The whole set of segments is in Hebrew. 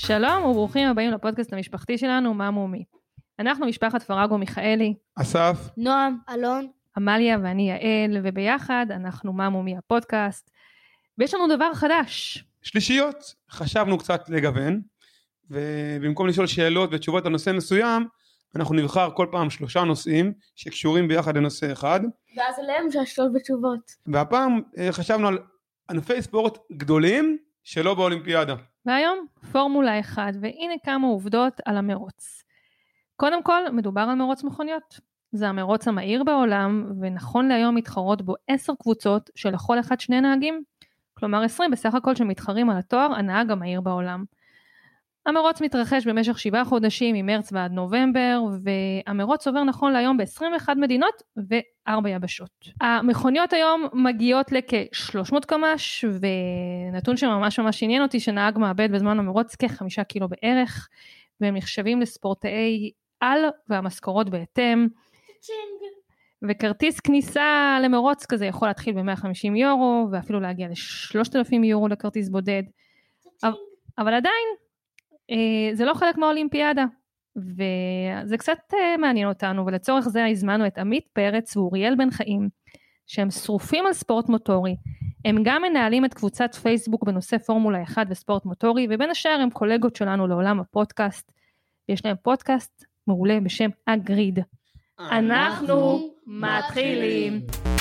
שלום וברוכים הבאים לפודקאסט המשפחתי שלנו, מה מומי. אנחנו משפחת פרגו מיכאלי, אסף, נועם, אלון, עמליה ואני יעל, וביחד אנחנו מה מומי הפודקאסט, ויש לנו דבר חדש. שלישיות, חשבנו קצת לגוון, ובמקום לשאול שאלות ותשובות על נושא מסוים, אנחנו נבחר כל פעם 3 נושאים שקשורים ביחד לנושא אחד. ואז עליהם יש שאלות ותשובות. והפעם חשבנו על ענפי ספורט גדולים שלא באולימפיאדה. והיום פורמולה 1, והנה כמה עובדות על המרוץ. קודם כל, מדובר על מרוץ מכוניות. זה המרוץ המהיר בעולם, ונכון להיום מתחרות בו 10 קבוצות שלכל אחד 2 נהגים, כלומר 20 בסך הכל שמתחרים על התואר הנהג המהיר בעולם. המרוץ מתרחש במשך 7 חודשים ממרץ ועד נובמבר, והמרוץ עובר נכון להיום ב-21 מדינות ו4 יבשות. המכוניות היום מגיעות לכ-300 קמ"ש, ונתון שממש עניין אותי שנהג מאבד בזמן המרוץ כ5 קילו בערך, והם נחשבים לספורטאי על והמשכורות בהתאם. וכרטיס כניסה למרוץ כזה יכול להתחיל ב-150 יורו, ואפילו להגיע ל-3,000 יורו לכרטיס בודד. אבל עדיין, זה לא חלק מהאולימפיאדה, וזה קצת מעניין אותנו, ולצורך זה הזמנו את עמית פרץ ואוריאל בן חיים, שהם שרופים על ספורט מוטורי, הם גם מנהלים את קבוצת פייסבוק בנושא פורמולה 1 וספורט מוטורי, ובין השאר הם קולגות שלנו לעולם הפודקאסט, ויש להם פודקאסט מעולה בשם הגריד. אנחנו מתחילים.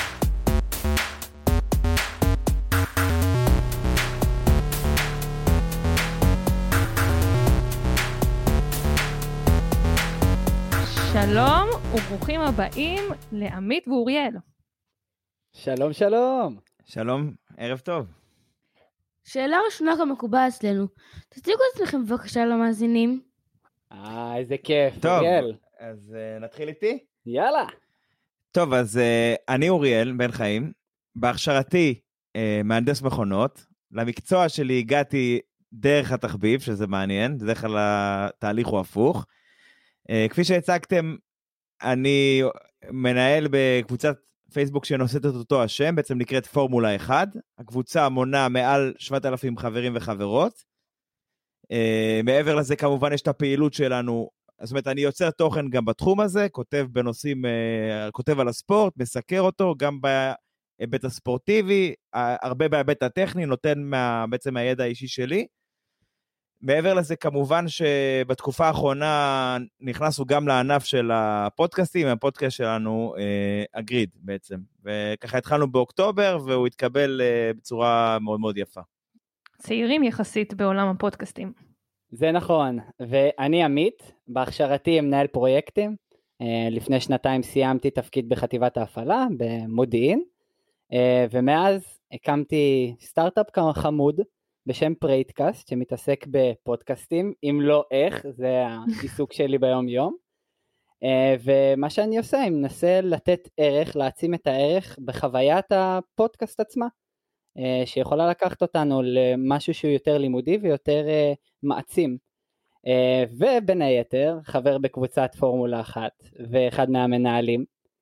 שלום וברוכים הבאים לעמית ואוריאל. שלום שלום. שלום, ערב טוב. שאלה ראשונה כמקובל אצלנו, תציגו את עצמכם בבקשה למאזינים. איזה כיף, טוב, אוריאל. אז נתחיל איתי? יאללה. טוב, אז אני אוריאל בן חיים, בהכשרתי מהנדס מכונות, למקצוע שלי הגעתי דרך התחביב, שזה מעניין, בדרך כלל התהליך הוא הפוך. כפי שהצגתם, אני מנהל בקבוצת פייסבוק שנושאת את אותו השם, בעצם נקראת פורמולה 1, הקבוצה מונה מעל 7,000 חברים וחברות, מעבר לזה כמובן יש את הפעילות שלנו, זאת אומרת אני יוצר תוכן גם בתחום הזה, כותב בנושאים, כותב על הספורט, מסקר אותו, גם בהיבט הספורטיבי, הרבה בהיבט הטכני, נותן בעצם מהידע האישי שלי, מעבר לזה כמובן שבתקופה האחרונה נכנסנו גם לענף של הפודקאסטים, הפודקאסט שלנו הגריד בעצם, וככה התחלנו באוקטובר והוא התקבל בצורה מאוד מאוד יפה. צעירים יחסית בעולם הפודקאסטים. זה נכון, ואני עמית, בהכשרתי מנהל פרויקטים, לפני 2 סיימתי תפקיד בחטיבת ההפעלה במודיעין, ומאז הקמתי סטארט-אפ חמוד, בשם פרייטקאסט, שמתעסק בפודקאסטים, אם לא איך, זה העיסוק שלי ביום יום, ומה שאני עושה, אני מנסה לתת ערך, להעצים את הערך בחוויית הפודקאסט עצמה, שיכולה לקחת אותנו למשהו שהוא יותר לימודי ויותר מעצים, ובין היתר, חבר בקבוצת פורמולה 1, ואחד מהמנהלים,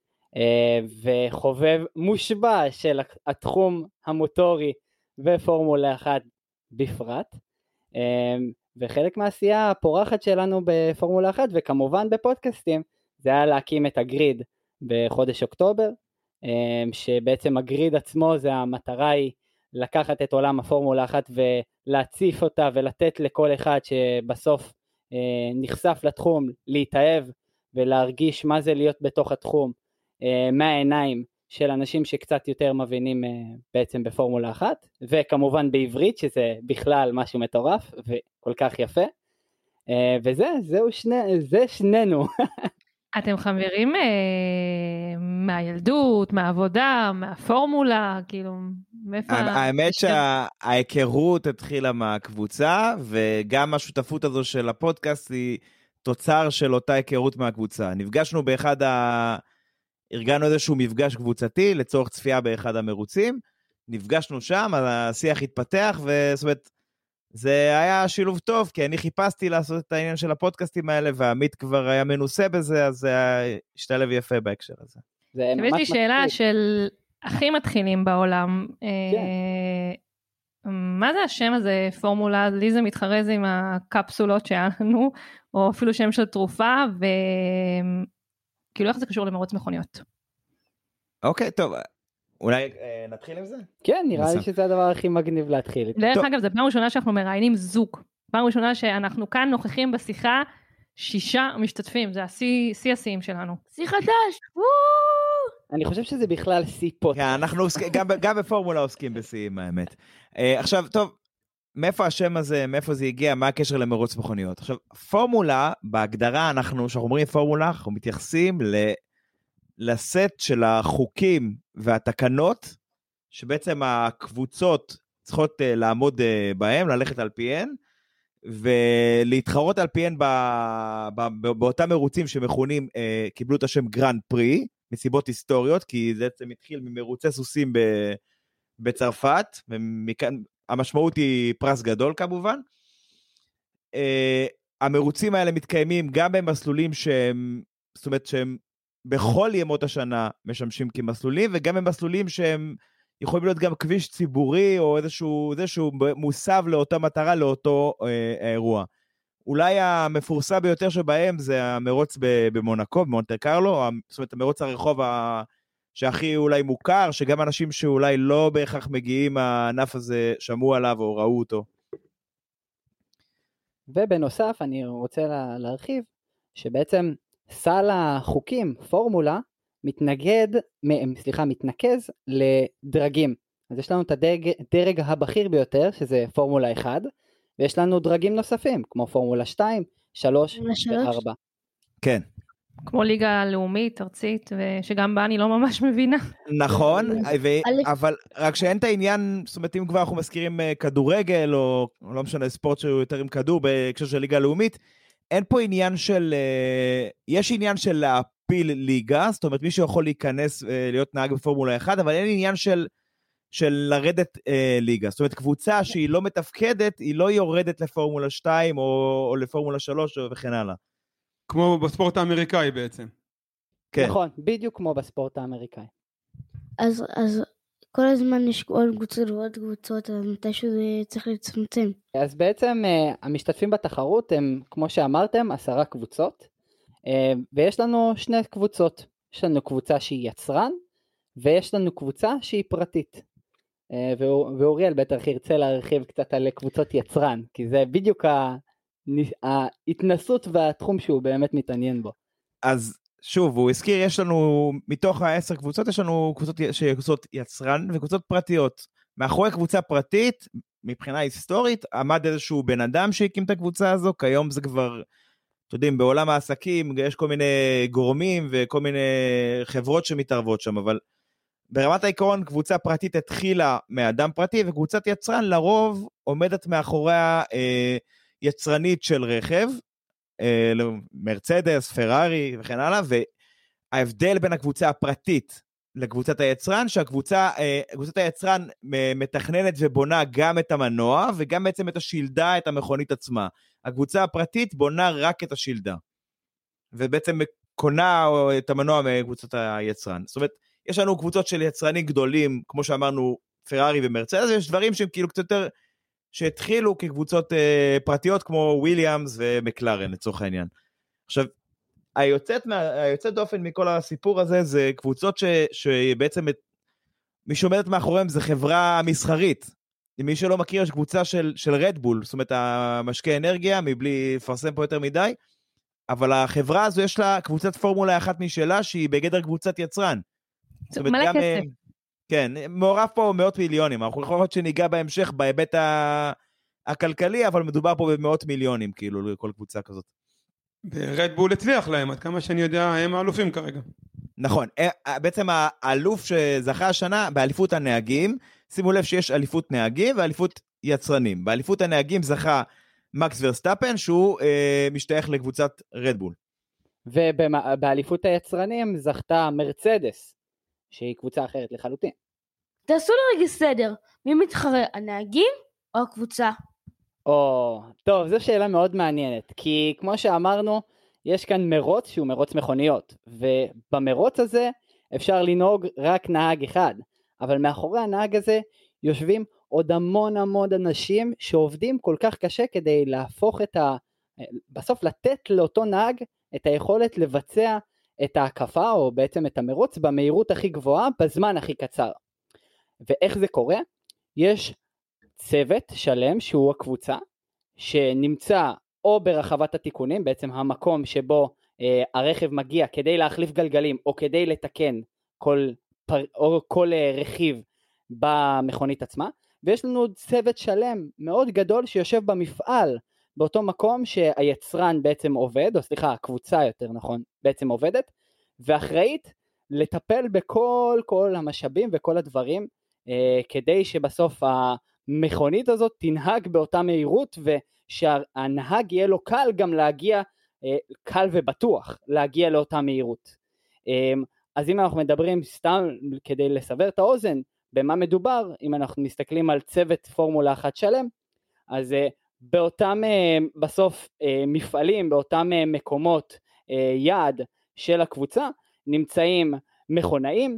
וחובב מושבע של התחום המוטורי ופורמולה 1, בפרט, וחלק מהעשייה הפורחת שלנו בפורמולה 1 וכמובן בפודקאסטים זה היה להקים את הגריד בחודש אוקטובר, שבעצם הגריד עצמו זה המטרה היא לקחת את עולם הפורמולה 1 ולהציף אותה ולתת לכל אחד שבסוף נחשף לתחום להתאהב ולהרגיש מה זה להיות בתוך התחום מהעיניים של אנשים שקצת יותר מבינים בעצם בפורמולה 1, וכמובן בעברית, שזה בכלל משהו מטורף וכל כך יפה, זה שנינו. אתם חברים מהילדות, מהעבודה, מהפורמולה, כאילו, מאיפה... האמת שההיכרות התחילה מהקבוצה, וגם השותפות הזו של הפודקאסט היא תוצר של אותה היכרות מהקבוצה. נפגשנו ארגנו איזשהו מפגש קבוצתי לצורך צפייה באחד המרוצים, נפגשנו שם, השיח התפתח, וזאת אומרת, זה היה שילוב טוב, כי אני חיפשתי לעשות את העניין של הפודקאסטים האלה, ועמית כבר היה מנוסה בזה, אז זה השתלב יפה בהקשר הזה. יש לי שאלה של הכי מתחילים בעולם, מה זה השם הזה, פורמולה? לי זה מתחרז עם הקפסולות שהיה לנו, או אפילו שם של תרופה, וכאילו איך זה קשור למרוץ מכוניות? אוקיי, טוב, אולי נתחיל עם זה? כן, נראה לי שזה הדבר הכי מגניב להתחיל. דרך אגב, זו פעם ראשונה שאנחנו מראיינים זוג. פעם ראשונה שאנחנו כאן נוכחים בשיחה 6 משתתפים, זה השיא השיאים שלנו. שיא חדש! אני חושב שזה בכלל שיא פוט. אנחנו גם בפורמולה עוסקים בשיאים, האמת. עכשיו, טוב, מאיפה השם הזה, מאיפה זה הגיע, מה הקשר למרוץ מכוניות? עכשיו, פורמולה, בהגדרה, כשאנחנו אומרים פורמולה, אנחנו מתייחסים לסט של החוקים והתקנות, שבעצם הקבוצות צריכות לעמוד בהם, ללכת על פיהן, ולהתחרות על פיהן באותם מרוצים שמכונים, קיבלו את השם גרנד פרי, מסיבות היסטוריות, כי זה בעצם התחיל ממרוצי סוסים בצרפת, ומכאן המשמעות היא פרס גדול כמובן. המרוצים האלה מתקיימים גם במסלולים שהם, זאת אומרת שהם בכל ימות השנה משמשים כמסלולים, וגם במסלולים שהם יכולים להיות גם כביש ציבורי, או איזשהו מוסב לאותה מטרה, לאותו אירוע. אולי המפורסם ביותר שבהם זה המרוץ במונקו, במונטה קרלו, זאת אומרת המרוץ הרחוב שהכי אולי מוכר, שגם אנשים שאולי לא בהכרח מגיעים הענף הזה שמעו עליו או ראו אותו. ובנוסף אני רוצה להרחיב, שבעצם סל החוקים, פורמולה, מתנקז לדרגים. אז יש לנו את הדרג הבכיר ביותר, שזה פורמולה 1, ויש לנו דרגים נוספים, כמו פורמולה 2, 3 ו-4. כן. כמו ליגה לאומית, ארצית, שגם בה אני לא ממש מבינה. נכון, אבל רק שאין את העניין, זאת אומרת, אם כבר אנחנו מזכירים כדורגל, או לא משנה, ספורט שהוא יותר עם כדור, בהקשר של ליגה לאומית, אין פה עניין של, יש עניין של להפיל ליגה, זאת אומרת, מישהו יכול להיכנס, להיות נהג בפורמולה 1, אבל אין עניין של לרדת ליגה. זאת אומרת, קבוצה שהיא לא מתפקדת, היא לא יורדת לפורמולה 2, או לפורמולה 3, וכן הלאה. כמו בספורט האמריקאי בעצם. כן. נכון, בדיוק כמו בספורט האמריקאי. אז כל הזמן יש עוד קבוצות ועוד קבוצות, אז מתישהו זה צריך לצמצם. אז בעצם המשתתפים בתחרות הם, כמו שאמרתם, 10 קבוצות, ויש לנו 2 קבוצות. יש לנו קבוצה שהיא יצרן, ויש לנו קבוצה שהיא פרטית. ואוריאל בטח ירצה להרחיב קצת על קבוצות יצרן, כי זה בדיוק ההתנסות והתחום שהוא באמת מתעניין בו. אז שוב, הוא הזכיר, יש לנו, מתוך 10 קבוצות, יש לנו קבוצות יצרן וקבוצות פרטיות. מאחורי קבוצה פרטית, מבחינה היסטורית, עמד איזשהו בן אדם שהקים את הקבוצה הזו, כיום זה כבר, אתם יודעים, בעולם העסקים, יש כל מיני גורמים וכל מיני חברות שמתערבות שם, אבל ברמת העיקרון, קבוצה פרטית התחילה מאדם פרטי, וקבוצת יצרן לרוב עומדת מאחוריה יצרנית של רכב, מרצדס, פרארי וכן הלאה, וההבדל בין הקבוצה הפרטית לקבוצת היצרן, קבוצת היצרן מתכננת ובונה גם את המנוע, וגם בעצם את השילדה, את המכונית עצמה. הקבוצה הפרטית בונה רק את השילדה, ובעצם קונה את המנוע מקבוצת היצרן. זאת אומרת, יש לנו קבוצות של יצרנים גדולים, כמו שאמרנו, פרארי ומרצדס, ויש דברים שהם כאילו קצת יותר, שהתחילו כקבוצות פרטיות, כמו וויליאמס ומקלרן, לצורך העניין. עכשיו, היוצאת דופן מכל הסיפור הזה, זה קבוצות שבעצם, מי שעומדת מאחוריהם, זה חברה מסחרית. מי שלא מכיר, יש קבוצה של רדבול, זאת אומרת, המשקה אנרגיה, מבלי לפרסם פה יותר מדי, אבל החברה הזו יש לה קבוצת פורמולה אחת משלה, שהיא בגדר קבוצת יצרן. מלא כסף. כן, מעורב פה מאות מיליונים, אנחנו יכולים לראות שניגע בהמשך בהיבט הכלכלי, אבל מדובר פה במאות מיליונים, כאילו, לכל קבוצה כזאת. ורדבול הצליח להם, עד כמה שאני יודע, הם האלופים כרגע. נכון, בעצם האלוף שזכה השנה, באליפות הנהגים, שימו לב שיש אליפות נהגים ואליפות יצרנים. באליפות הנהגים זכה מקס ורסטאפן, שהוא משתייך לקבוצת רדבול. ובאליפות היצרנים זכתה מרצדס, שהיא קבוצה אחרת לחלוטין. תעשו לי רגע סדר, מי מתחרה, הנהגים או הקבוצה? טוב, זו שאלה מאוד מעניינת, כי כמו שאמרנו, יש כאן מרוץ שהוא מרוץ מכוניות, ובמרוץ הזה אפשר לנהוג רק נהג אחד, אבל מאחורי הנהג הזה יושבים עוד המון אנשים שעובדים כל כך קשה כדי להפוך בסוף לתת לאותו נהג את היכולת לבצע את ההקפה או בעצם את המרוץ במהירות הכי גבוהה בזמן הכי קצר. ואיך זה קורה? יש צוות שלם שהוא הקבוצה שנמצא או ברחבת התיקונים, בעצם המקום שבו הרכב מגיע כדי להחליף גלגלים או כדי לתקן כל רכיב במכונית עצמה, ויש לנו צוות שלם מאוד גדול שיושב במפעל באותו מקום שהיצרן בעצם עובד, או סליחה, הקבוצה יותר נכון, בעצם עובדת, ואחראית לטפל בכל המשאבים וכל הדברים, כדי שבסוף המכונית הזאת תנהג באותה מהירות, ושהנהג יהיה לו קל גם להגיע, קל ובטוח להגיע לאותה מהירות. אז אם אנחנו מדברים סתם כדי לסבר את האוזן, במה מדובר, אם אנחנו מסתכלים על צוות פורמולה 1 שלם, אז באותם בסוף מפעלים, באותם מקומות יעד של הקבוצה, נמצאים מכונאים,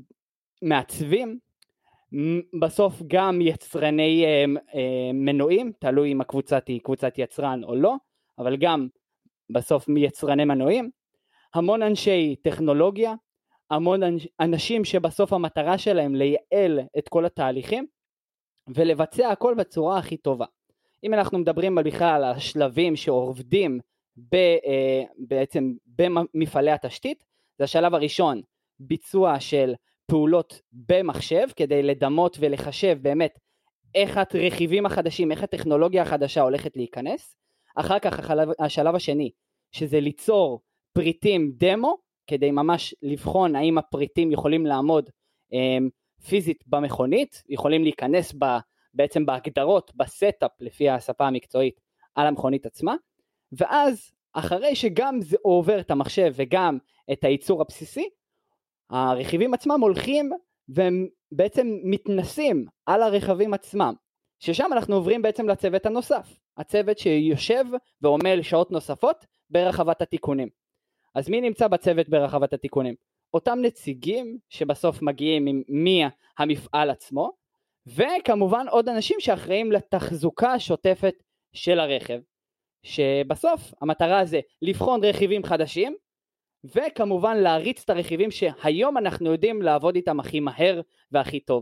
מעצבים, בסוף גם יצרני מנועים, תלוי אם הקבוצה היא קבוצת יצרן או לא, אבל גם בסוף מיצרני מנועים, המון אנשי טכנולוגיה, המון אנשים שבסוף המטרה שלהם לייעל את כל התהליכים, ולבצע הכל בצורה הכי טובה. אם אנחנו מדברים בכלל על השלבים שעובדים בעצם במפעלי התשתית, זה השלב הראשון, ביצוע של פעולות במחשב, כדי לדמות ולחשב באמת איך הרכיבים החדשים, איך הטכנולוגיה החדשה הולכת להיכנס. אחר כך השלב השני, שזה ליצור פריטים דמו, כדי ממש לבחון האם הפריטים יכולים לעמוד פיזית במכונית, יכולים להיכנס בעצם בהגדרות, בסטאפ לפי השפה המקצועית על המכונית עצמה, ואז אחרי שגם זה עובר את המחשב וגם את הייצור הבסיסי, הרכיבים עצמם הולכים והם בעצם מתנסים על הרכבים עצמם, ששם אנחנו עוברים בעצם לצוות הנוסף, הצוות שיושב ועומל שעות נוספות ברחבת התיקונים. אז מי נמצא בצוות ברחבת התיקונים? אותם נציגים שבסוף מגיעים מהמפעל עצמו, וכמובן עוד אנשים שאחראים לתחזוקה השוטפת של הרכב, שבסוף המטרה זה לבחון רכיבים חדשים, וכמובן להריץ את הרכיבים שהיום אנחנו יודעים לעבוד איתם הכי מהר והכי טוב.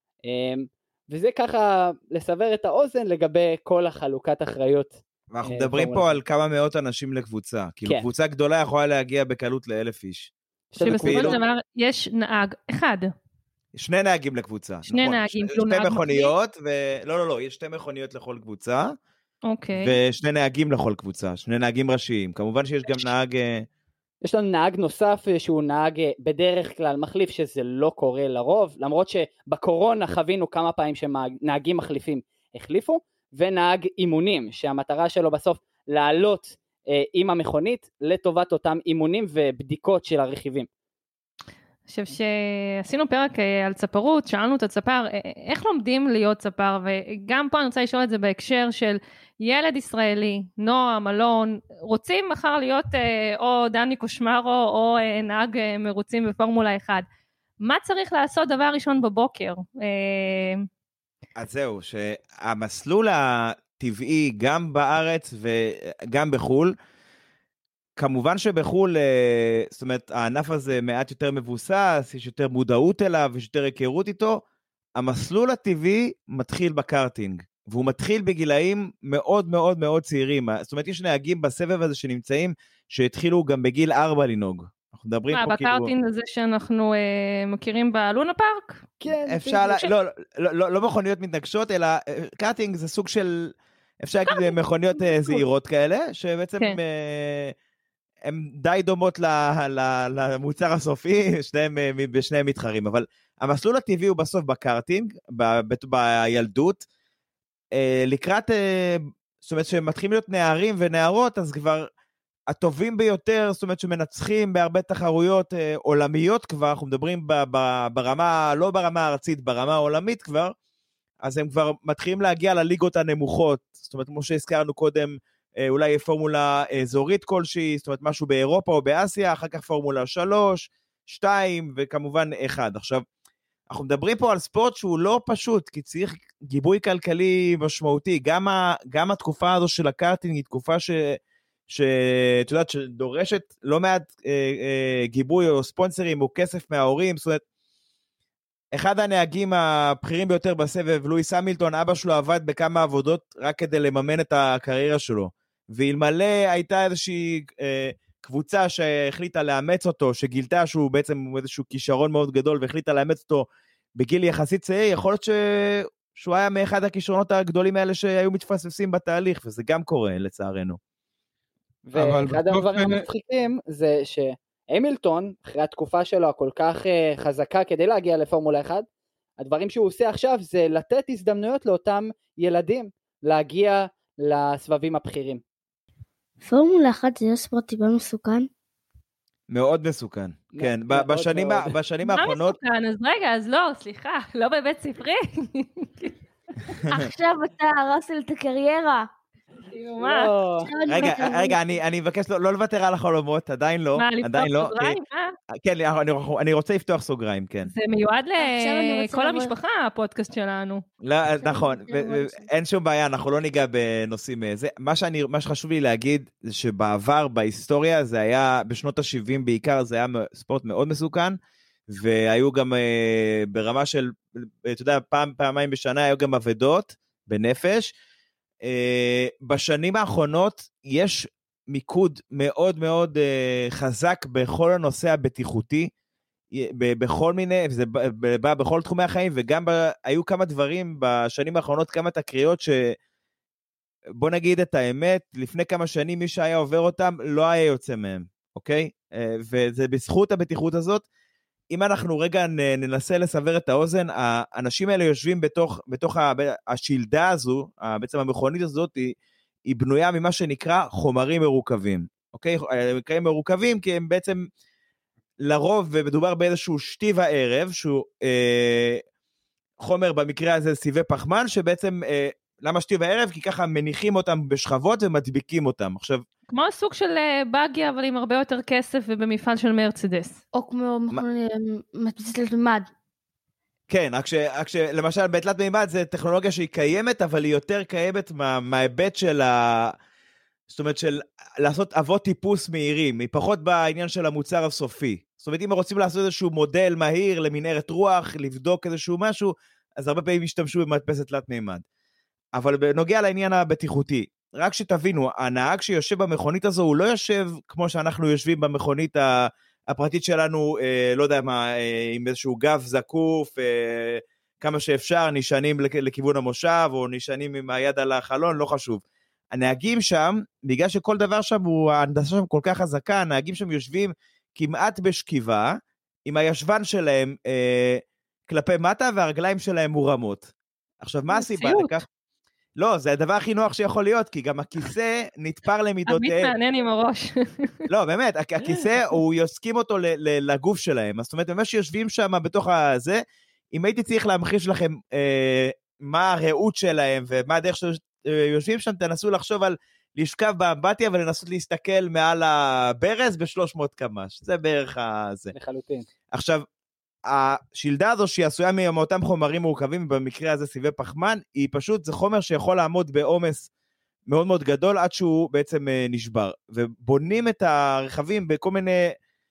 וזה ככה לסבר את האוזן לגבי כל החלוקת אחריות. ואנחנו מדברים פה על כמה מאות אנשים לקבוצה, כאילו קבוצה גדולה יכולה להגיע בקלות ל1,000 איש. שבסופו של דבר יש נהג אחד. שני נהגים לקבוצה. שני נהגים, שתי מכוניות, לא, יש 2 מכוניות לכל קבוצה, אוקיי. ושני נהגים לכל קבוצה, 2 נהגים ראשיים. כמובן שיש גם נהג... יש לנו נהג נוסף שהוא נהג בדרך כלל מחליף, שזה לא קורה לרוב, למרות שבקורונה חווינו כמה פעמים שנהגים מחליפים החליפו, ונהג אימונים, שהמטרה שלו בסוף לעלות עם המכונית לטובת אותם אימונים ובדיקות של הרכיבים. עכשיו שעשינו פרק על צפרות, שאלנו את הצפר, איך לומדים להיות צפר, וגם פה אני רוצה לשאול את זה בהקשר של ילד ישראלי, נועם, אלון, רוצים מחר להיות או דני קושמרו או נהג מרוצים בפורמולה 1. מה צריך לעשות דבר ראשון בבוקר? אז זהו, שהמסלול הטבעי גם בארץ וגם בחול, כמובן שבחול, זאת אומרת, הענף הזה מעט יותר מבוסס, יש יותר מודעות אליו, יש יותר היכרות איתו, המסלול הטבעי מתחיל בקארטינג, והוא מתחיל בגילאים מאוד מאוד מאוד צעירים, זאת אומרת, יש נהגים בסבב הזה שנמצאים, שהתחילו גם בגיל 4 לנהוג. אנחנו מדברים פה כאילו... בקארטינג הזה שאנחנו מכירים בלונה פארק? כן. אפשר, לא מכוניות מתנגשות, אלא קארטינג זה סוג של, אפשר להגיד מכוניות זהירות כאלה, שבעצם... הן די דומות למוצר הסופי, בשניהם מתחרים, אבל המסלול הטבעי הוא בסוף בקארטינג, בילדות, לקראת, זאת אומרת שמתחילים להיות נערים ונערות, אז כבר הטובים ביותר, זאת אומרת שמנצחים בהרבה תחרויות עולמיות כבר, אנחנו מדברים ברמה, לא ברמה הארצית, ברמה העולמית כבר, אז הם כבר מתחילים להגיע לליגות הנמוכות, זאת אומרת כמו שהזכרנו קודם, אולי פורמולה אזורית כלשהי, זאת אומרת משהו באירופה או באסיה, אחר כך פורמולה 3, 2 וכמובן 1. עכשיו, אנחנו מדברים פה על ספורט שהוא לא פשוט, כי צריך גיבוי כלכלי משמעותי. גם התקופה הזו של הקארטינג היא תקופה שאת יודעת, שדורשת לא מעט גיבוי או ספונסרים או כסף מההורים. זאת אומרת, אחד הנהגים הבכירים ביותר בסבב, לואיס המילטון, אבא שלו עבד בכמה עבודות רק כדי לממן את הקריירה שלו. ואלמלא הייתה איזושהי קבוצה שהחליטה לאמץ אותו, שגילתה שהוא בעצם איזשהו כישרון מאוד גדול, והחליטה לאמץ אותו בגיל יחסית צעיר, יכול להיות שהוא היה מאחד הכישרונות הגדולים האלה שהיו מתפספסים בתהליך, וזה גם קורה לצערנו. ואחד הדברים המצחיקים זה שהמילטון, אחרי התקופה שלו הכל כך חזקה כדי להגיע לפורמולה 1, הדברים שהוא עושה עכשיו זה לתת הזדמנויות לאותם ילדים להגיע לסבבים הבכירים. פורמולה 1 זה ספורט טיפה מסוכן? מאוד מסוכן, כן. בשנים האחרונות... מה מסוכן? אז רגע, אז לא, סליחה, לא בבית ספרי. עכשיו אתה הרס את הקריירה. רגע, אני מבקש לא לוותר על החלומות, עדיין לא. מה, לפתוח סוגריים? כן, אני רוצה לפתוח סוגריים, כן. זה מיועד לכל המשפחה, הפודקאסט שלנו. נכון, אין שום בעיה, אנחנו לא ניגע בנושאים זה. מה שחשוב לי להגיד, זה שבעבר, בהיסטוריה, זה היה, בשנות ה-70 בעיקר, זה היה ספורט מאוד מסוכן, והיו גם ברמה של, אתה יודע, פעמיים בשנה, היו גם עבדות בנפש, בשנים האחרונות יש מיקוד מאוד מאוד חזק בכל הנושא הבטיחותי, בכל מיני, זה בא בכל תחומי החיים, וגם היו כמה דברים בשנים האחרונות, כמה תקריות בוא נגיד את האמת, לפני כמה שנים מי שהיה עובר אותם לא היה יוצא מהם, אוקיי? וזה בזכות הבטיחות הזאת. אם אנחנו רגע ננסה לסבר את האוזן, האנשים האלה יושבים בתוך השילדה הזו, בעצם המכונית הזאת היא בנויה ממה שנקרא חומרים מרוכבים, אוקיי? הם נקראים מרוכבים כי הם בעצם לרוב, ומדובר באיזשהו שטיב הערב, שהוא חומר במקרה הזה סיבי פחמן, שבעצם, למה שטיב הערב? כי ככה מניחים אותם בשכבות ומדביקים אותם. עכשיו, כמו סוג של בגי, אבל עם הרבה יותר כסף ובמפעל של מרצדס. או כמו מדפסת מימד. כן, רק שלמשל בתלת מימד זה טכנולוגיה שהיא קיימת, אבל היא יותר קיימת מההיבט של זאת אומרת של לעשות אבות טיפוס מהירים, היא פחות בעניין של המוצר הסופי. זאת אומרת, אם רוצים לעשות איזשהו מודל מהיר למנהרת רוח, לבדוק איזשהו משהו, אז הרבה פעמים ישתמשו במדפסת תלת מימד. אבל בנוגע לעניין הבטיחותי, רק שתבינו, הנהג שיושב במכונית הזו, הוא לא יושב כמו שאנחנו יושבים במכונית הפרטית שלנו, לא יודע מה, עם איזשהו גב זקוף, כמה שאפשר, נשענים לכיוון המושב, או נשענים עם היד על החלון, לא חשוב. הנהגים שם, בגלל שכל דבר שם, ההנדסה שם כל כך חזקה, הנהגים שם יושבים כמעט בשכיבה, עם הישבן שלהם כלפי מטה, והרגליים שלהם מורמות. עכשיו, מה הסיבה לכך? לא, זה הדבר הכי נוח שיכול להיות, כי גם הכיסא נתפר למידותיהם. עמית מעניין עם הראש. לא, באמת, הכיסא, הוא יוסקים אותו לגוף שלהם. זאת אומרת, ממש שיושבים שם בתוך הזה, אם הייתי צריך להמחיש לכם מה הראות שלהם, ומה הדרך שיושבים שם, תנסו לחשוב על לשכב באמבטיה, ולנסות להסתכל מעל הברז ב-300 קמ"ש. זה בערך הזה. לחלוטין. עכשיו, השילדה הזו שהיא עשויה מאותם חומרים מורכבים, במקרה הזה סיבי פחמן, היא פשוט, זה חומר שיכול לעמוד בעומס מאוד מאוד גדול, עד שהוא בעצם נשבר, ובונים את הרכבים בכל מיני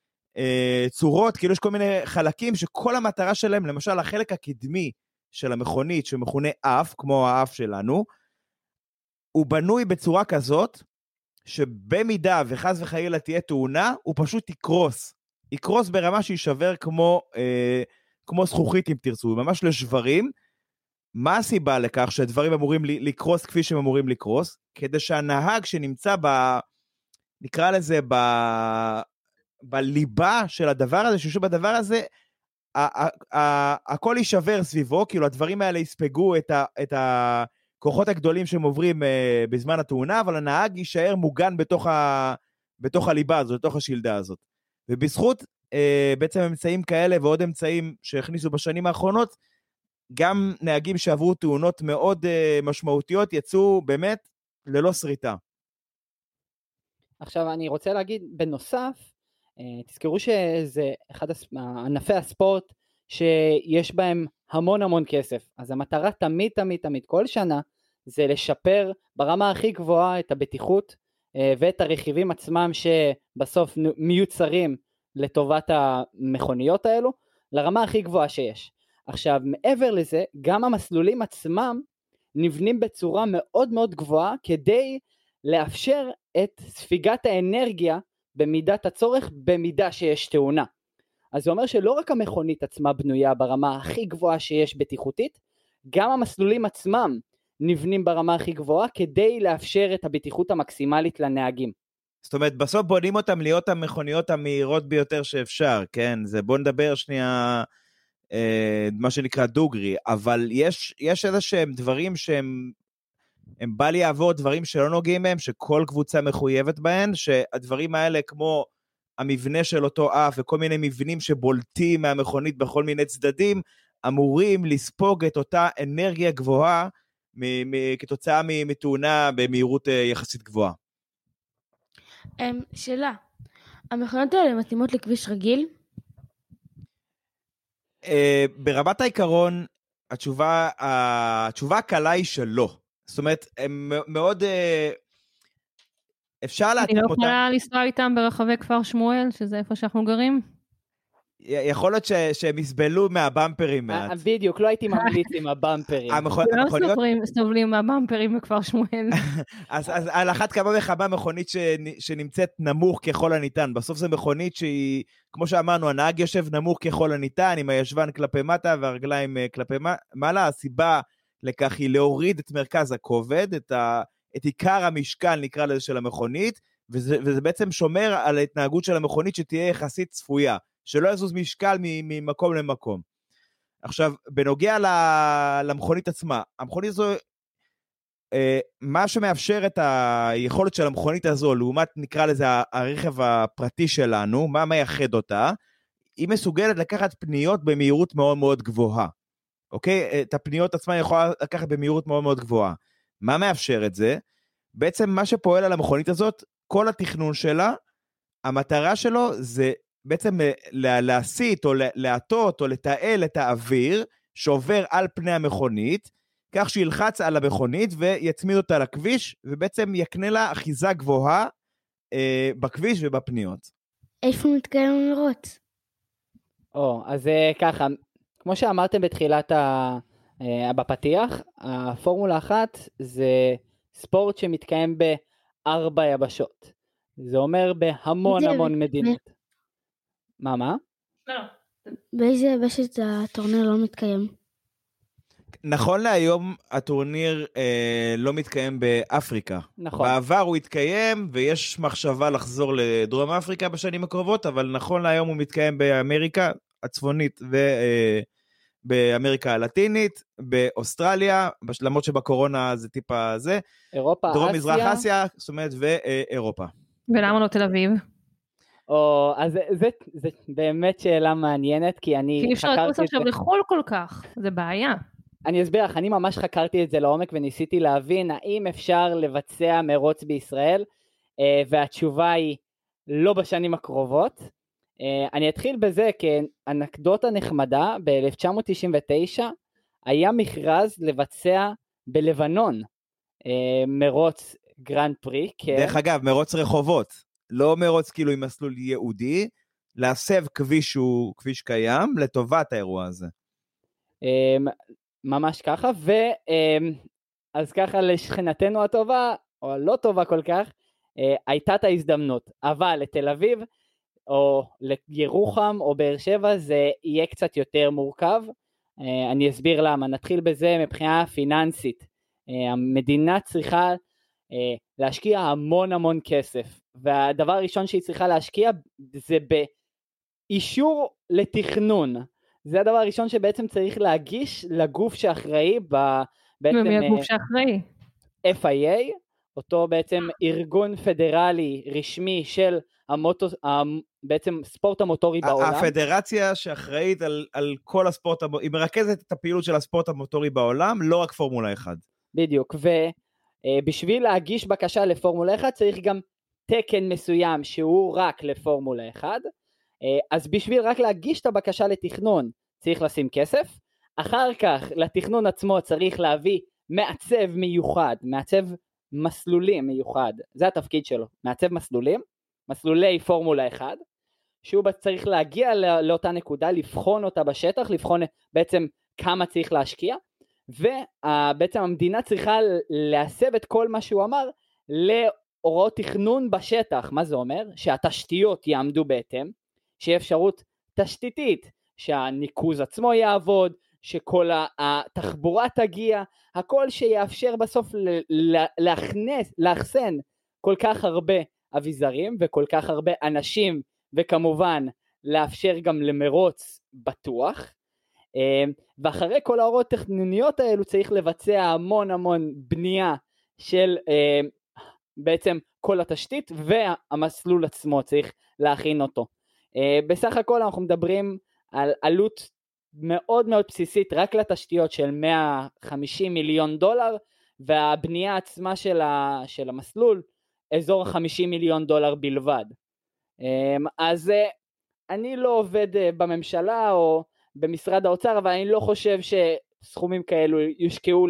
צורות, כאילו יש כל מיני חלקים, שכל המטרה שלהם, למשל החלק הקדמי של המכונית, שמכונה אף, כמו האף שלנו, הוא בנוי בצורה כזאת, שבמידה וחס וחלילה תהיה תאונה, הוא פשוט יקרוס ברמה שישבר כמו זכוכית אם תרצו, ממש לשברים. מה הסיבה לכך שהדברים אמורים לקרוס כפי שהם אמורים לקרוס? כדי שהנהג שנמצא נקרא לזה בליבה של הדבר הזה, שיושב בדבר הזה, הכל יישבר סביבו, כאילו הדברים האלה יספגו את הכוחות הגדולים שהם עוברים בזמן התאונה, אבל הנהג יישאר מוגן בתוך הליבה הזאת, בתוך השילדה הזאת. ובזכות בעצם אמצעים כאלה ועוד אמצעים שהכניסו בשנים האחרונות, גם נהגים שעברו תאונות מאוד משמעותיות יצאו באמת ללא שריטה. עכשיו אני רוצה להגיד בנוסף, תזכרו שזה אחד ענפי הספורט שיש בהם המון כסף. אז המטרה תמיד כל שנה זה לשפר ברמה הכי גבוהה את הבטיחות ואת הרכיבים עצמם שבסוף מיוצרים לטובת המכוניות האלו, לרמה הכי גבוהה שיש. עכשיו מעבר לזה, גם המסלולים עצמם נבנים בצורה מאוד גבוהה כדי לאפשר את ספיגת האנרגיה במידת הצורך במידה שיש תאונה. אז זה אומר שלא רק המכונית עצמה בנויה ברמה הכי גבוהה שיש בטיחותית, גם המסלולים עצמם נבנים ברמה הכי גבוהה כדי לאפשר את הבטיחות המקסימלית לנהגים. זאת אומרת, בסוף בונים אותם להיות המכוניות המהירות ביותר שאפשר, כן? זה בוא נדבר שנייה, מה שנקרא דוגרי, אבל יש איזה שהם דברים שהם בא לי לעבור דברים שלא נוגעים מהם, שכל קבוצה מחויבת בהן, שהדברים האלה כמו המבנה של אותו אף, וכל מיני מבנים שבולטים מהמכונית בכל מיני צדדים, אמורים לספוג את אותה אנרגיה גבוהה, כתוצאה מתאונה במהירות יחסית גבוהה. שאלה, המכוניות האלה מתאימות לכביש רגיל? ברמת העיקרון, התשובה הקלה היא שלא. זאת אומרת, הם מאוד, אפשר להתאים אותם. אני לא יכולה לנסוע איתם ברחבי כפר שמואל, שזה איפה שאנחנו גרים? יכול להיות שהם יסבלו מהבמפרים מעט. בדיוק, לא הייתי ממליץ עם הבמפרים. לא סובלים מהבמפרים בכפר שמואל. אז על אחת כמה וכמה מכונית שנמצאת נמוך ככל הניתן. בסוף זה מכונית שהיא, כמו שאמרנו, הנהג יושב נמוך ככל הניתן, עם הישבן כלפי מטה והרגליים כלפי מעלה. הסיבה לכך היא להוריד את מרכז הכובד, את עיקר המשקל נקרא לזה של המכונית, וזה בעצם שומר על ההתנהגות של המכונית שתהיה יחסית צפויה. שלא יזוז משקל ממקום למקום. עכשיו, בנוגע למכונית עצמה, המכונית הזו, מה שמאפשר את היכולת של המכונית הזו, לעומת נקרא לזה הרכב הפרטי שלנו, מה מייחד אותה, היא מסוגלת לקחת פניות במהירות מאוד מאוד גבוהה. אוקיי? את הפניות עצמה היא יכולה לקחת במהירות מאוד מאוד גבוהה. מה מאפשר את זה? בעצם מה שפועל על המכונית הזאת, כל התכנון שלה, המטרה שלו זה בעצם להסיט או להטות או לתעל את האוויר שעובר על פני המכונית, כך שילחץ על המכונית ויצמיד אותה לכביש, ובעצם יקנה לה אחיזה גבוהה בכביש ובפניות. איפה מתקיים המרוץ? אז ככה, כמו שאמרתם בתחילת בפתיח, הפורמולה 1 זה ספורט שמתקיים ב4 יבשות. זה אומר בהמון מדינות. מה? לא. באיזה יבשת הטורניר לא מתקיים? נכון להיום הטורניר לא מתקיים באפריקה. נכון. בעבר הוא התקיים ויש מחשבה לחזור לדרום אפריקה בשנים הקרובות, אבל נכון להיום הוא מתקיים באמריקה הצפונית ובאמריקה הלטינית, באוסטרליה, למרות שבקורונה זה טיפה זה. אירופה, דרום אסיה. מזרח אסיה, זאת אומרת, ואירופה. ולמה לא תל אביב? אז זה באמת שאלה מעניינת, כי אני כי אפשר לטוס עכשיו לחול כל כך, זה בעיה. אני אסביר לך, אני ממש חקרתי את זה לעומק וניסיתי להבין האם אפשר לבצע מרוץ בישראל, והתשובה היא לא בשנים הקרובות. אני אתחיל בזה כאנקדוטה נחמדה, ב-1999 היה מכרז לבצע בלבנון מרוץ גרנד פרי. דרך אגב, מרוץ רחובות. לא מרוץ כאילו עם מסלול ייעודי, להסב כביש שהוא כביש קיים, לטובת האירוע הזה. ממש ככה, אז ככה לשכנתנו הטובה, או לא טובה כל כך, הייתה את ההזדמנות, אבל לתל אביב, או לירוחם, או באר שבע, זה יהיה קצת יותר מורכב. אני אסביר למה, נתחיל בזה מבחינה פיננסית. המדינה צריכה להשקיע המון כסף, והדבר הראשון שהיא צריכה להשקיע זה באישור לתכנון. זה הדבר הראשון שבעצם צריך להגיש לגוף שאחראי, ומי הגוף שאחראי? FIA, אותו בעצם ארגון פדרלי רשמי של בעצם ספורט המוטורי בעולם. הפדרציה שאחראית על כל הספורט, היא מרכזת את הפעילות של הספורט המוטורי בעולם, לא רק פורמולה 1. בדיוק, ובשביל להגיש בקשה לפורמולה 1 צריך גם תקן מסוים שהוא רק לפורמולה 1, אז בשביל רק להגיש את הבקשה לתכנון צריך לשים כסף, אחר כך לתכנון עצמו צריך להביא מעצב מיוחד, מעצב מסלולים מיוחד, זה התפקיד שלו, מעצב מסלולים, מסלולי פורמולה 1, שהוא צריך להגיע לאותה נקודה, לבחון אותה בשטח, לבחון בעצם כמה צריך להשקיע, ובעצם המדינה צריכה להסב את כל מה שהוא אמר להוראות תכנון בשטח. מה זה אומר? שהתשתיות יעמדו בהתאם, שיהיה אפשרות תשתיתית, שהניקוז עצמו יעבוד, שכל התחבורה תגיע, הכל שיאפשר בסוף לאחסן כל כך הרבה אביזרים וכל כך הרבה אנשים, וכמובן לאפשר גם למרוץ בטוח. ואחרי כל ההוראות תכנוניות האלו צריך לבצע המון בנייה של בעצם כל התשתית, והמסלול עצמו צריך להכין אותו. בסך הכל אנחנו מדברים על עלות מאוד בסיסית רק לתשתיות של $150 מיליון, והבנייה עצמה של המסלול אזור $50 מיליון בלבד. אז אני לא עובד בממשלה או במשרד האוצר, אבל אני לא חושב שסכומים כאלו יושקעו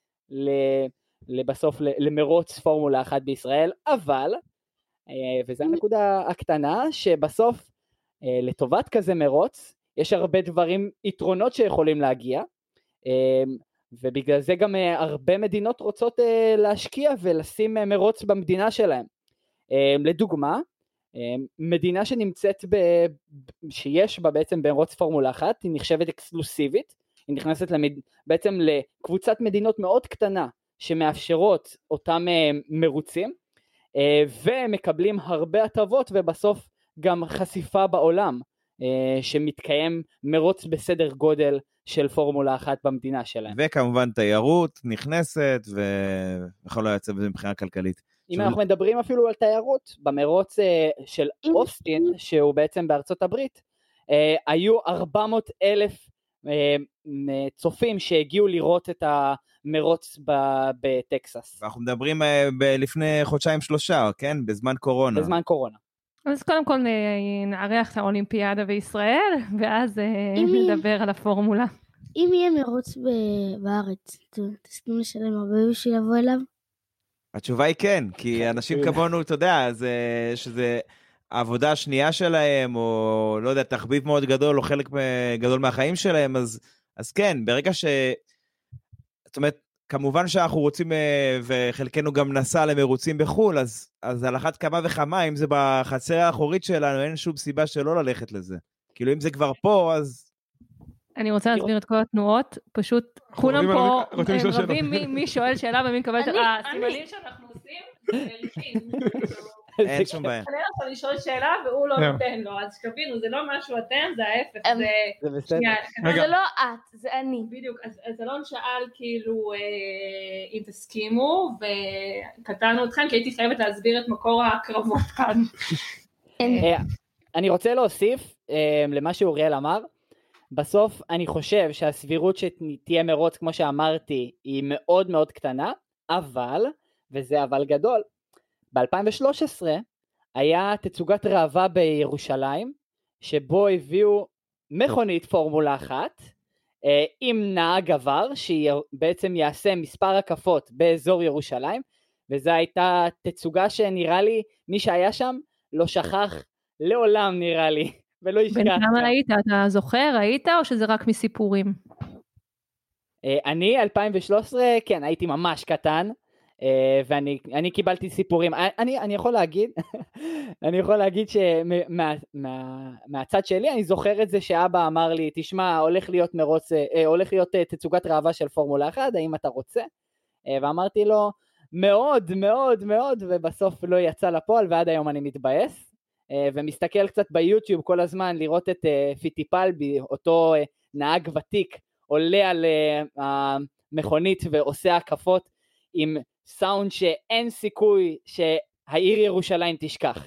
בסוף למרוץ פורמולה 1 בישראל, אבל, וזו הנקודה הקטנה, שבסוף לטובת כזה מרוץ, יש הרבה דברים, יתרונות שיכולים להגיע, ובגלל זה גם הרבה מדינות רוצות להשקיע ולשים מרוץ במדינה שלהם. לדוגמה, מדינה שנמצאת שיש בה בעצם במרוץ פורמולה 1, היא נחשבת אקסקלוסיבית, היא נכנסת בעצם לקבוצת מדינות מאוד קטנה, שמאפשרות אותם מרוצים, ומקבלים הרבה הטבות, ובסוף גם חשיפה בעולם, שמתקיים מרוץ בסדר גודל של פורמולה 1 במדינה שלהם. וכמובן תיירות נכנסת, וכל היצא בזה מבחינה כלכלית. אם אנחנו מדברים אפילו על תיירות, במרוץ של אוסטין, שהוא בעצם בארצות הברית, היו 400,000 צופים שהגיעו לראות את המרוץ בטקסס. אנחנו מדברים לפני חודשיים-שלושה, כן? בזמן קורונה. בזמן קורונה. אז קודם כל נערך את האולימפיאדה בישראל, ואז נדבר על הפורמולה. אם יהיה מרוץ בארץ, תסכים לשלם הרבה בשביל לבוא אליו? התשובה היא כן, כי אנשים כמונו, אתה יודע, שזה העבודה השנייה שלהם, או לא יודע, תחביב מאוד גדול, או חלק גדול מהחיים שלהם, אז כן, ברגע זאת אומרת, כמובן שאנחנו רוצים, וחלקנו גם נסע למרוצים בחול, אז על אחת כמה וכמה, אם זה בחצר האחורית שלנו, אין שום סיבה שלא ללכת לזה. כאילו, אם זה כבר פה, אז... אני רוצה להסביר את כל התנועות, פשוט כולם פה רבים מי שואל שאלה ומי מקבל את הסימנים שאנחנו עושים, אין שום בעיה. אני רוצה לשאול שאלה והוא לא נותן לו, אז שתבינו, זה לא משהו אתם, זה ההפך, זה בסדר. זה לא את, זה אני. בדיוק, אז אלון שאל כאילו אם תסכימו, וקטענו אתכם, כי הייתי חייבת להסביר את מקור הקרבות כאן. אני רוצה להוסיף למה שאוריאל אמר, בסוף אני חושב שהסבירות שתהיה מרוץ, כמו שאמרתי, היא מאוד קטנה, אבל, וזה אבל גדול, ב-2013 היה תצוגת ראווה בירושלים, שבו הביאו מכונית פורמולה 1, עם נהג עבר, שבעצם יעשה מספר הקפות באזור ירושלים, וזו הייתה תצוגה שנראה לי, מי שהיה שם לא שכח לעולם נראה לי. ולא ישכח. בינתיים היית, אתה זוכר, היית או שזה רק מסיפורים? אני 2013, כן, הייתי ממש קטן, ואני קיבלתי סיפורים. אני יכול להגיד שמהצד שלי אני זוכר את זה שאבא אמר לי, תשמע, הולך להיות תצוגת ראווה של פורמולה 1, האם אתה רוצה? ואמרתי לו, מאוד, ובסוף לא יצא לפועל, ועד היום אני מתבאס. ומסתכל קצת ביוטיוב כל הזמן לראות את פיטיפלבי, אותו נהג ותיק, עולה על המכונית ועושה הקפות עם סאונד שאין סיכוי שהעיר ירושלים תשכח.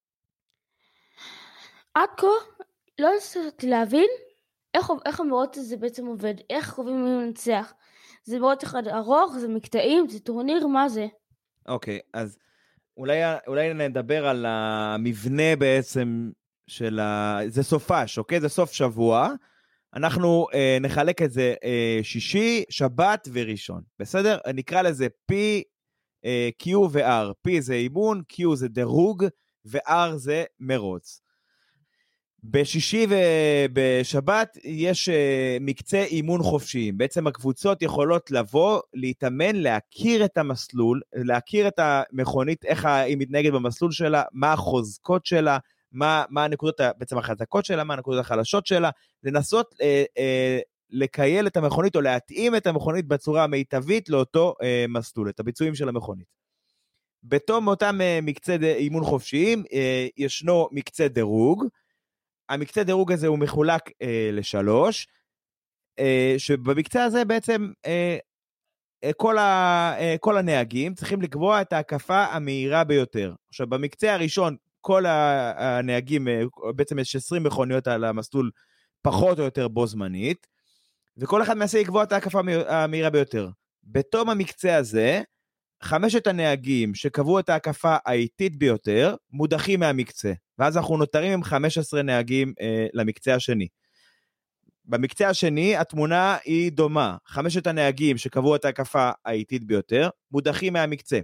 עד כה לא הצלחתי להבין איך המרוץ הזה בעצם עובד, איך קובעים מי מנצח. זה מרוץ אחד ארוך, זה מקטעים, זה טורניר, מה זה? אוקיי, אז אולי נדבר על המבנה בעצם זה סופש, אוקיי? זה סוף שבוע, אנחנו נחלק את זה שישי, שבת וראשון, בסדר? נקרא לזה P, Q ו-R. P זה אימון, Q זה דירוג, ו-R זה מרוץ. בשישי ובשבת יש מקצה אימון חופשיים. בעצם הקבוצות יכולות לבוא, להתאמן, להכיר את המסלול, להכיר את המכונית, איך היא מתנהגת במסלול שלה, מה החוזקות שלה, מה הנקודות בעצם החזקות שלה, מה הנקודות החלשות שלה, לנסות לקייל את המכונית או להתאים את המכונית בצורה המיטבית לאותו מסלול, את הביצועים של המכונית. בתום אותם מקצה אימון חופשיים, ישנו מקצה דירוג, המקצה דירוג הזה הוא מחולק ל3, שבמקצה הזה בעצם כל הנהגים צריכים לקבוע את ההקפה המהירה ביותר. עכשיו במקצה הראשון, כל הנהגים, בעצם יש 20 מכוניות על המסלול פחות או יותר בו זמנית, וכל אחד מנסה לקבוע את ההקפה המהירה ביותר. בתום המקצה הזה, 5 הנהגים שקבעו את ההקפה האיטית ביותר, מודחים מהמקצה, ואז אנחנו נותרים עם 15 נהגים למקצה השני. במקצה השני, התמונה היא דומה, 5 הנהגים שקבעו את ההקפה האיטית ביותר, מודחים מהמקצה.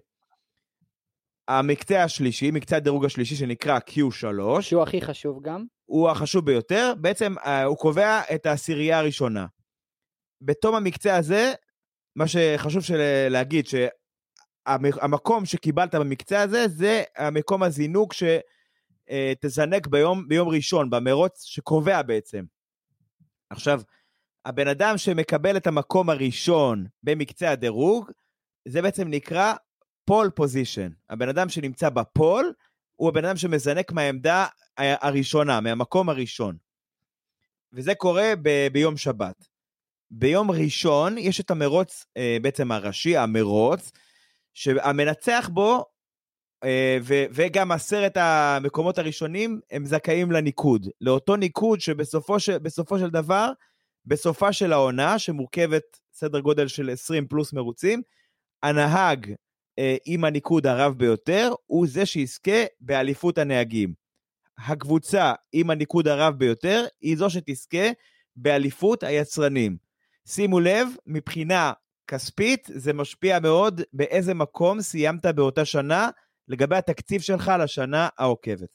המקצה השלישי, מקצה הדירוג השלישי שנקרא Q3, שהוא הכי חשוב גם. הוא החשוב ביותר, בעצם הוא קובע את העשירייה הראשונה. בתום המקצה הזה, מה שחשוב להגיד, שהמקום שקיבלת במקצה הזה, זה המקום הזינוק שתזנק ביום ראשון, במרוץ שקובע בעצם. עכשיו, הבן אדם שמקבל את המקום הראשון במקצה הדירוג, זה בעצם נקרא פול פוזישן. הבן אדם שנמצא בפול, הוא הבן אדם שמזנק מהעמדה הראשונה, מהמקום הראשון. וזה קורה ביום שבת. ביום ראשון יש את המרוץ, בעצם הראשי, המרוץ, שהמנצח בו, וגם 10 המקומות הראשונים, הם זכאים לניקוד. לאותו ניקוד שבסופו של דבר, בסופה של העונה, שמורכבת סדר גודל של 20 פלוס מרוצים, הנהג עם הניקוד הרב ביותר, הוא זה שיזכה באליפות הנהגים. הקבוצה עם הניקוד הרב ביותר, היא זו שתזכה באליפות היצרנים. שימו לב, מבחינה כספית, זה משפיע מאוד באיזה מקום סיימת באותה שנה, לגבי התקציב שלך לשנה העוקבת.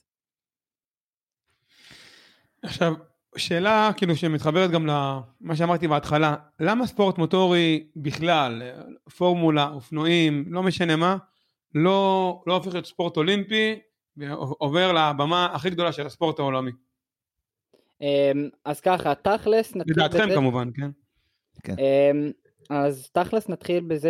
עכשיו, שאלה כאילו שמתחברת גם למה שאמרתי בהתחלה, למה ספורט מוטורי בכלל, פורמולה, אופנועים, לא משנה מה, לא הופך להיות ספורט אולימפי, ועובר לבמה הכי גדולה של הספורט העולמי? אז ככה, תכלס נתחיל לדעתכם כמובן, כן. אז תכלס נתחיל בזה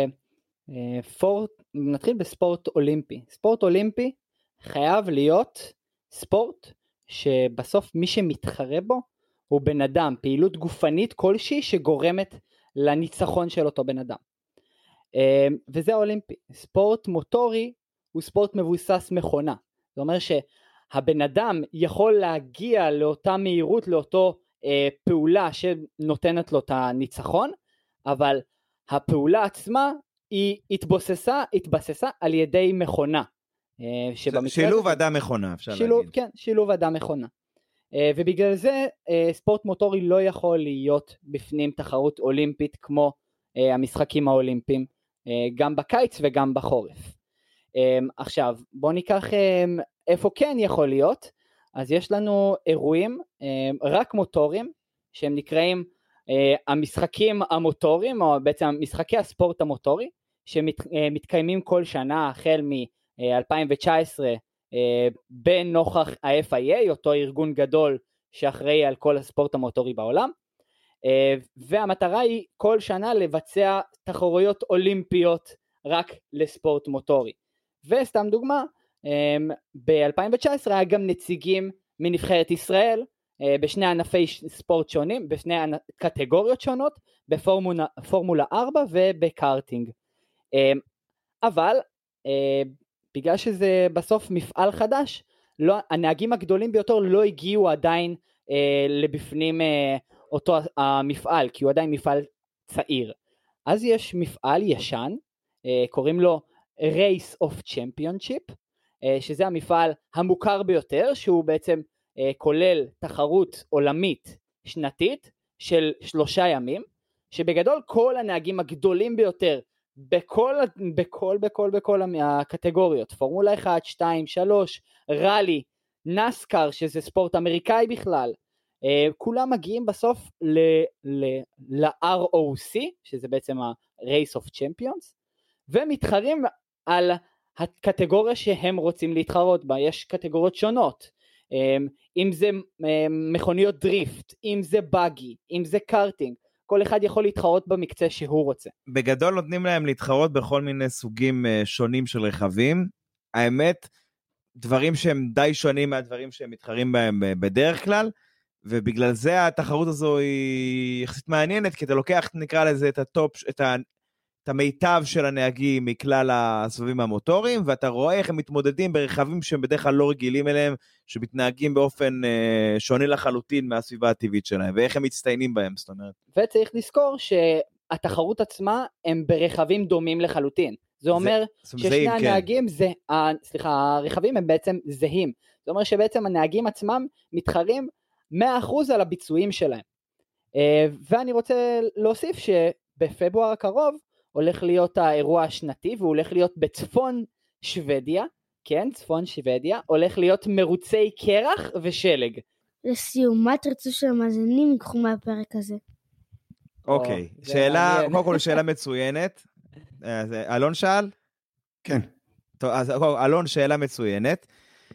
נתחיל בספורט אולימפי. ספורט אולימפי חייב להיות ספורט שבסוף מי שמתחרה בו הוא בן אדם, פעילות גופנית כלשהי שגורמת לניצחון של אותו בן אדם. וזה האולימפי. ספורט מוטורי הוא ספורט מבוסס מכונה. זאת אומרת שהבן אדם יכול להגיע לאותה מהירות, לאותו פעולה שנותנת לו את הניצחון, אבל הפעולה עצמה היא התבססה על ידי מכונה. שילוב אדם מכונה, אפשר להגיד. כן, שילוב אדם מכונה. ובגלל זה ספורט מוטורי לא יכול להיות בפנים תחרות אולימפית כמו המשחקים האולימפיים, גם בקיץ וגם בחורף. עכשיו, בוא ניקח איפה כן יכול להיות. אז יש לנו אירועים רק מוטוריים, שהם נקראים המשחקים המוטוריים, או בעצם משחקי הספורט המוטורי, שמתקיימים כל שנה החל מ-2019 בנוכח ה-FIA, אותו ארגון גדול שאחראי על כל הספורט המוטורי בעולם, והמטרה היא כל שנה לבצע תחרויות אולימפיות רק לספורט מוטורי. וסתם דוגמה, ב-2019 היה גם נציגים מנבחרת ישראל, בשני ענפי ספורט שונים, בשני קטגוריות שונות, בפורמולה 4 ובקארטינג. אבל בגלל שזה בסוף מפעל חדש, הנהגים הגדולים ביותר לא הגיעו עדיין לבפנים אותו המפעל, כי הוא עדיין מפעל צעיר. אז יש מפעל ישן, קוראים לו Race of Championship, שזה המפעל המוכר ביותר, שהוא בעצם כולל תחרות עולמית שנתית, של 3 ימים, שבגדול כל הנהגים הגדולים ביותר, בכל הקטגוריות, פורמולה 1, 2, 3, רלי, נסקר, שזה ספורט אמריקאי בכלל, כולם מגיעים בסוף ל-ROC, שזה בעצם ה-Race of Champions, ומתחרים על הקטגוריה שהם רוצים להתחרות בה. יש קטגוריות שונות, אם זה מכוניות דריפט, אם זה בגי, אם זה קארטינג, כל אחד יכול להתחרות במקצה שהוא רוצה. בגדול נותנים להם להתחרות בכל מיני סוגים שונים של רכבים. האמת, דברים שהם די שונים מהדברים שהם מתחרים בהם בדרך כלל, ובגלל זה התחרות הזו היא יחסית מעניינת, כי אתה לוקח, נקרא לזה, את הטופ, את המיטב של הנהגים מכלל הסבבים המוטוריים, ואתה רואה איך הם מתמודדים ברכבים שהם בדרך כלל לא רגילים אליהם, שמתנהגים באופן שונה לחלוטין מהסביבה הטבעית שלהם, ואיך הם מצטיינים בהם, זאת אומרת. וצריך לזכור שהתחרות עצמה הם ברכבים דומים לחלוטין. זה אומר ששני הנהגים, הרכבים הם בעצם זהים. זה אומר שבעצם הנהגים עצמם מתחרים 100% על הביצועים שלהם. ואני רוצה להוסיף שבפברואר הקרוב הולך להיות האירוע השנתי, והוא הולך להיות בצפון שוודיה, כן, צפון שוודיה, הולך להיות מרוצי קרח ושלג. לסיום, מה תרצו שהמאזינים ייקחו מהפרק הזה? אוקיי, קודם כל שאלה מצוינת. אלון שאל? כן. טוב, אז אלון, שאלה מצוינת.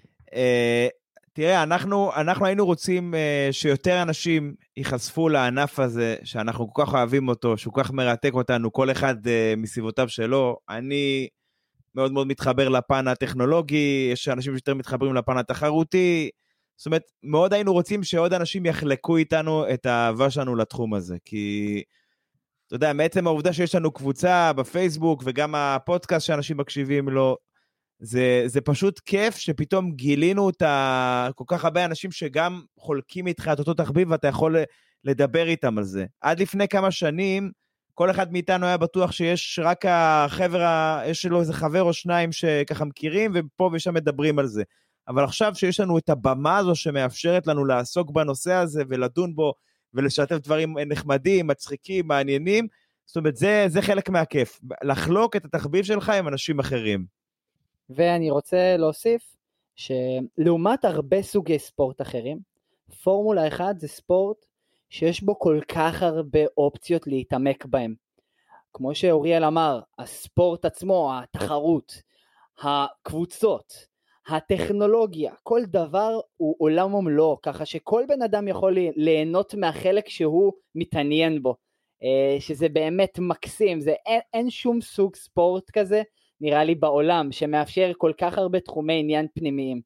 תראה, אנחנו היינו רוצים שיותר אנשים ייחשפו לענף הזה, שאנחנו כל כך אוהבים אותו, שהוא כל כך מרתק אותנו, כל אחד מסביבותיו שלו. אני מאוד מאוד מתחבר לפן הטכנולוגי, יש אנשים שיותר מתחברים לפן התחרותי, זאת אומרת, מאוד היינו רוצים שעוד אנשים יחלקו איתנו את האהבה שלנו לתחום הזה, כי אתה יודע, מעצם העובדה שיש לנו קבוצה בפייסבוק, וגם הפודקאסט שאנשים מקשיבים לו, זה פשוט כיף שפתאום גילינו כל כך הרבה אנשים שגם חולקים איתך את אותו תחביב, ואתה יכול לדבר איתם על זה. עד לפני כמה שנים, כל אחד מאיתנו היה בטוח שיש רק יש לו איזה חבר או שניים שככה מכירים, ופה ושם מדברים על זה. אבל עכשיו שיש לנו את הבמה הזו שמאפשרת לנו לעסוק בנושא הזה, ולדון בו, ולשתף דברים נחמדים, מצחיקים, מעניינים, זאת אומרת, זה חלק מהכיף. לחלוק את התחביב שלך עם אנשים אחרים. ואני רוצה להוסיף שלעומת הרבה סוגי ספורט אחרים, פורמולה 1 זה ספורט שיש בו כל כך הרבה אופציות להתעמק בהם. כמו שאוריאל אמר, הספורט עצמו, התחרות, הקבוצות, הטכנולוגיה, כל דבר הוא עולם ומלואו, ככה שכל בן אדם יכול ליהנות מהחלק שהוא מתעניין בו, שזה באמת מקסים. אין שום סוג ספורט כזה, נראה לי בעולם, שמאפשר כל כך הרבה תחומי עניין פנימיים.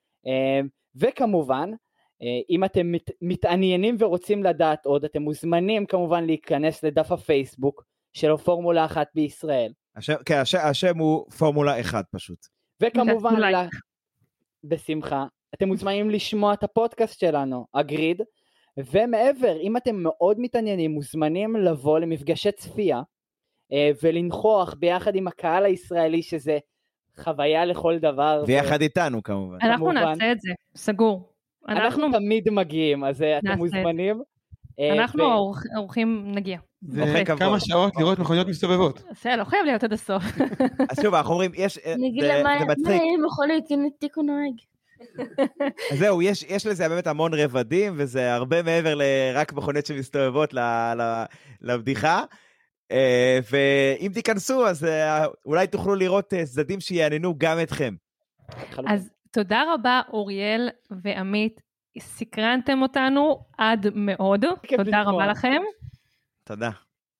וכמובן, אם אתם מתעניינים ורוצים לדעת עוד, אתם מוזמנים כמובן להיכנס לדף הפייסבוק של פורמולה 1 בישראל. כן, השם הוא פורמולה 1 פשוט. וכמובן, בשמחה, אתם מוזמנים לשמוע את הפודקאסט שלנו, הגריד, ומעבר, אם אתם מאוד מתעניינים, מוזמנים לבוא למפגשי צפייה, ולנכוח ביחד עם הקהל הישראלי, שזה חוויה לכל דבר. ויחד איתנו כמובן. אנחנו נעשה את זה, סגור. אנחנו תמיד מגיעים, אז אתם מוזמנים. אנחנו האורחים נגיע. וכמה שעות לראות מכוניות מסתובבות. זה לא חייב להיות עד הסוף. אז שוב, אנחנו אומרים, נגיד למה הם יכולים תיקו נוהג. אז זהו, יש לזה באמת המון רבדים, וזה הרבה מעבר לרק מכוניות שמסתובבות לבדיחה. ואם תיכנסו, אז אולי תוכלו לראות צדדים שיעניינו גם אתכם. אז תודה רבה אוריאל ועמית, סקרנתם אותנו עד מאוד, תודה רבה לכם. תודה.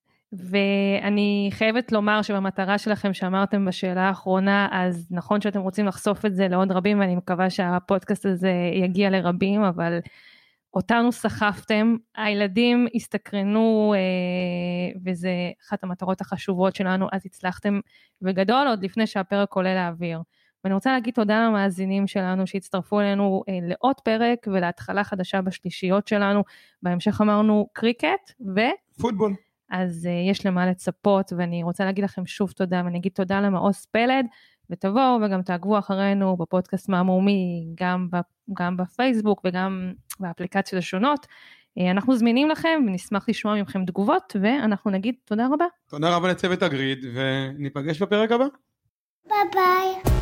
ואני חייבת לומר שבמטרה שלכם שאמרתם בשאלה האחרונה, אז נכון שאתם רוצים לחשוף את זה לעוד רבים, ואני מקווה שהפודקאסט הזה יגיע לרבים, אבל אותנו סחפתם, הילדים הסתקרנו, וזה אחת המטרות החשובות שלנו, אז הצלחתם בגדול עוד לפני שהפרק עולה לאוויר. ואני רוצה להגיד תודה למאזינים שלנו שהצטרפו אלינו לעוד פרק ולהתחלה חדשה בשלישיות שלנו. בהמשך אמרנו קריקט פוטבול. אז יש למה לצפות, ואני רוצה להגיד לכם שוב תודה, ואני אגיד תודה למעוז פלד, ותבואו וגם תעקבו אחרינו בפודקאסט מהמומי, גם בפייסבוק וגם באפליקציות השונות. אנחנו זמינים לכם ונשמח לשמוע מכם תגובות, ואנחנו נגיד תודה רבה. תודה רבה לצוות הגריד, וניפגש בפרק הבא. ביי ביי.